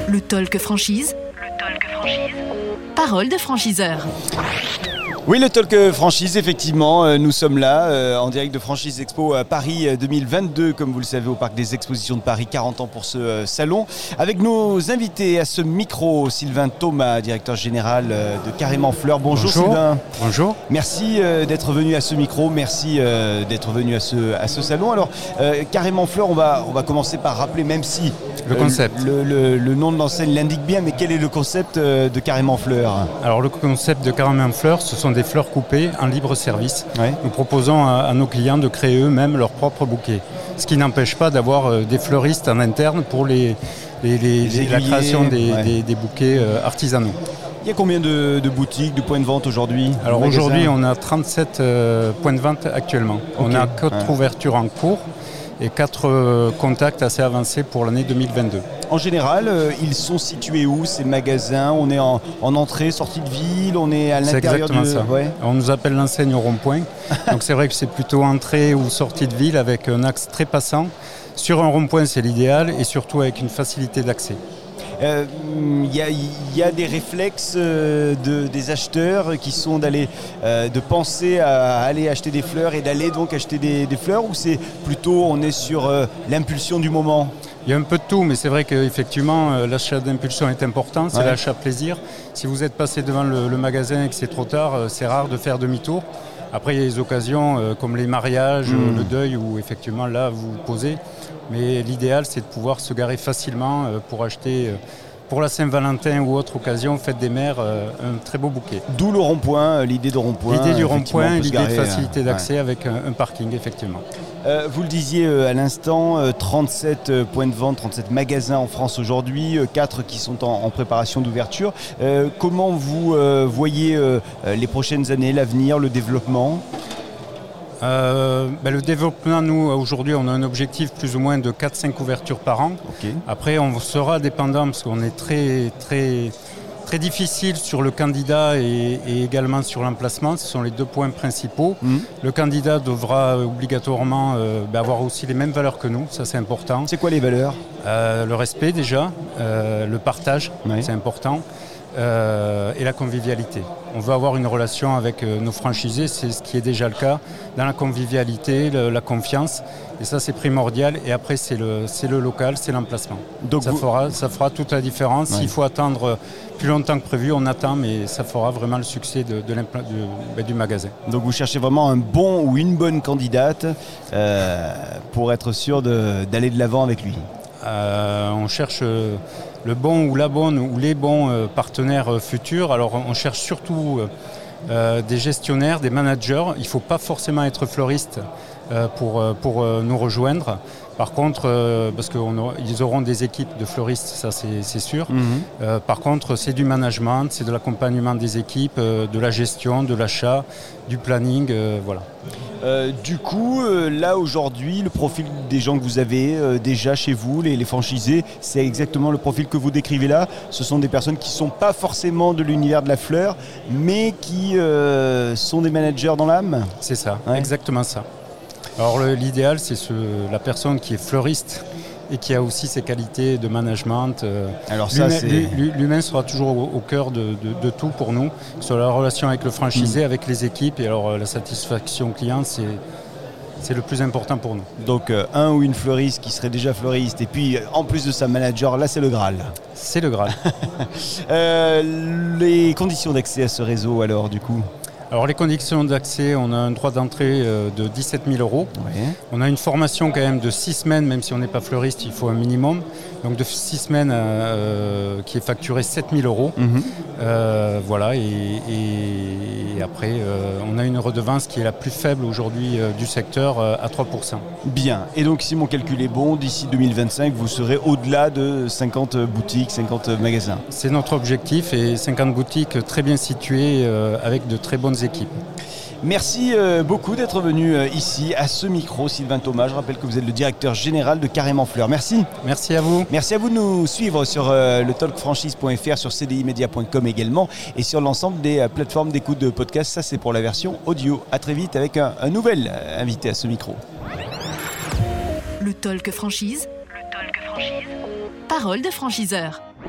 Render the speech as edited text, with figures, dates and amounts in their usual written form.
Le talk franchise. Parole de franchiseur. Oui, le talk franchise, effectivement, nous sommes là en direct de Franchise Expo à Paris 2022, comme vous le savez, au Parc des Expositions de Paris, 40 ans pour ce salon. Avec nos invités à ce micro, Sylvain Thomas, directeur général de Carrément Fleurs. Bonjour Sylvain. Bonjour. Merci d'être venu à ce micro, merci d'être venu à ce salon. Alors, Carrément Fleurs, on va commencer par rappeler, même si le concept. Le nom de l'enseigne l'indique bien, mais quel est le concept de Carrément Fleurs ? Alors le concept de Carrément Fleurs, ce sont des fleurs coupées en libre service. Ouais. Nous proposons à nos clients de créer eux-mêmes leur propre bouquet. Ce qui n'empêche pas d'avoir des fleuristes en interne pour la création des bouquets artisanaux. Il y a combien de boutiques, de points de vente aujourd'hui ? Alors aujourd'hui, on a 37 points de vente actuellement. Okay. On a 4 ouvertures en cours et 4 contacts assez avancés pour l'année 2022. En général, ils sont situés où ces magasins ? On est en entrée, sortie de ville, on est à l'intérieur de... C'est exactement ça. Ouais. On nous appelle l'enseigne au rond-point. Donc c'est vrai que c'est plutôt entrée ou sortie de ville avec un axe très passant. Sur un rond-point, c'est l'idéal et surtout avec une facilité d'accès. Il y a des réflexes des acheteurs qui sont de penser à aller acheter des fleurs et d'aller donc acheter des fleurs, ou c'est plutôt on est sur l'impulsion du moment ? Il y a un peu de tout, mais c'est vrai qu'effectivement l'achat d'impulsion est important, c'est l'achat plaisir. Si vous êtes passé devant le magasin et que c'est trop tard, c'est rare de faire demi-tour. Après il y a des occasions comme les mariages, le deuil, où effectivement là vous vous posez. Mais l'idéal, c'est de pouvoir se garer facilement pour acheter, pour la Saint-Valentin ou autre occasion, fête des mères, un très beau bouquet. D'où le rond-point, l'idée de rond-point. L'idée du rond-point, l'idée de facilité d'accès avec un parking, effectivement. Vous le disiez à l'instant, 37 points de vente, 37 magasins en France aujourd'hui, 4 qui sont en préparation d'ouverture. Comment vous voyez les prochaines années, l'avenir, le développement ? Le développement, nous, aujourd'hui, on a un objectif plus ou moins de 4-5 ouvertures par an. Okay. Après, on sera dépendant parce qu'on est très, très, très difficile sur le candidat et également sur l'emplacement. Ce sont les 2 points principaux. Le candidat devra obligatoirement avoir aussi les mêmes valeurs que nous, ça c'est important. C'est quoi les valeurs ? Le respect déjà, le partage, c'est important. Et la convivialité. On veut avoir une relation avec nos franchisés, c'est ce qui est déjà le cas, dans la convivialité, la confiance, et ça c'est primordial. Et après c'est le local, c'est l'emplacement. Donc ça fera toute la différence. S'il faut attendre plus longtemps que prévu, on attend, mais ça fera vraiment le succès du magasin. Donc vous cherchez vraiment un bon ou une bonne candidate pour être sûr d'aller de l'avant avec lui. On cherche le bon ou la bonne ou les bons partenaires futurs. Alors on cherche surtout des gestionnaires, des managers. Il ne faut pas forcément être fleuriste pour nous rejoindre. Par contre, parce qu'ils auront des équipes de fleuristes, ça c'est sûr. Par contre, c'est du management, c'est de l'accompagnement des équipes, de la gestion, de l'achat, du planning, voilà. Du coup, là aujourd'hui, le profil des gens que vous avez déjà chez vous, les franchisés, c'est exactement le profil que vous décrivez là. Ce sont des personnes qui ne sont pas forcément de l'univers de la fleur, mais qui sont des managers dans l'âme. C'est ça, exactement ça. Alors l'idéal, c'est la personne qui est fleuriste et qui a aussi ses qualités de management. Alors ça, l'humain sera toujours au cœur de tout pour nous, sur la relation avec le franchisé, avec les équipes. Et alors la satisfaction client, c'est le plus important pour nous. Donc un ou une fleuriste qui serait déjà fleuriste, et puis en plus de ça manager, là c'est le Graal. C'est le Graal. Les conditions d'accès à ce réseau alors du coup ? Alors les conditions d'accès, on a un droit d'entrée de 17 000 €. Oui. On a une formation quand même de 6 semaines, même si on n'est pas fleuriste, il faut un minimum. Donc de 6 semaines qui est facturé 7 000 €. Voilà, et après, on a une redevance qui est la plus faible aujourd'hui du secteur à 3%. Bien, et donc si mon calcul est bon, d'ici 2025, vous serez au-delà de 50 boutiques, 50 magasins. C'est notre objectif, et 50 boutiques très bien situées avec de très bonnes équipes. Merci beaucoup d'être venu ici à ce micro, Sylvain Thomas. Je rappelle que vous êtes le directeur général de Carrément Fleurs. Merci. Merci à vous. Merci à vous de nous suivre sur le talkfranchise.fr, sur cdimedia.com également, et sur l'ensemble des plateformes d'écoute de podcast. Ça, c'est pour la version audio. À très vite avec un nouvel invité à ce micro. Le talk franchise. Parole de franchiseur.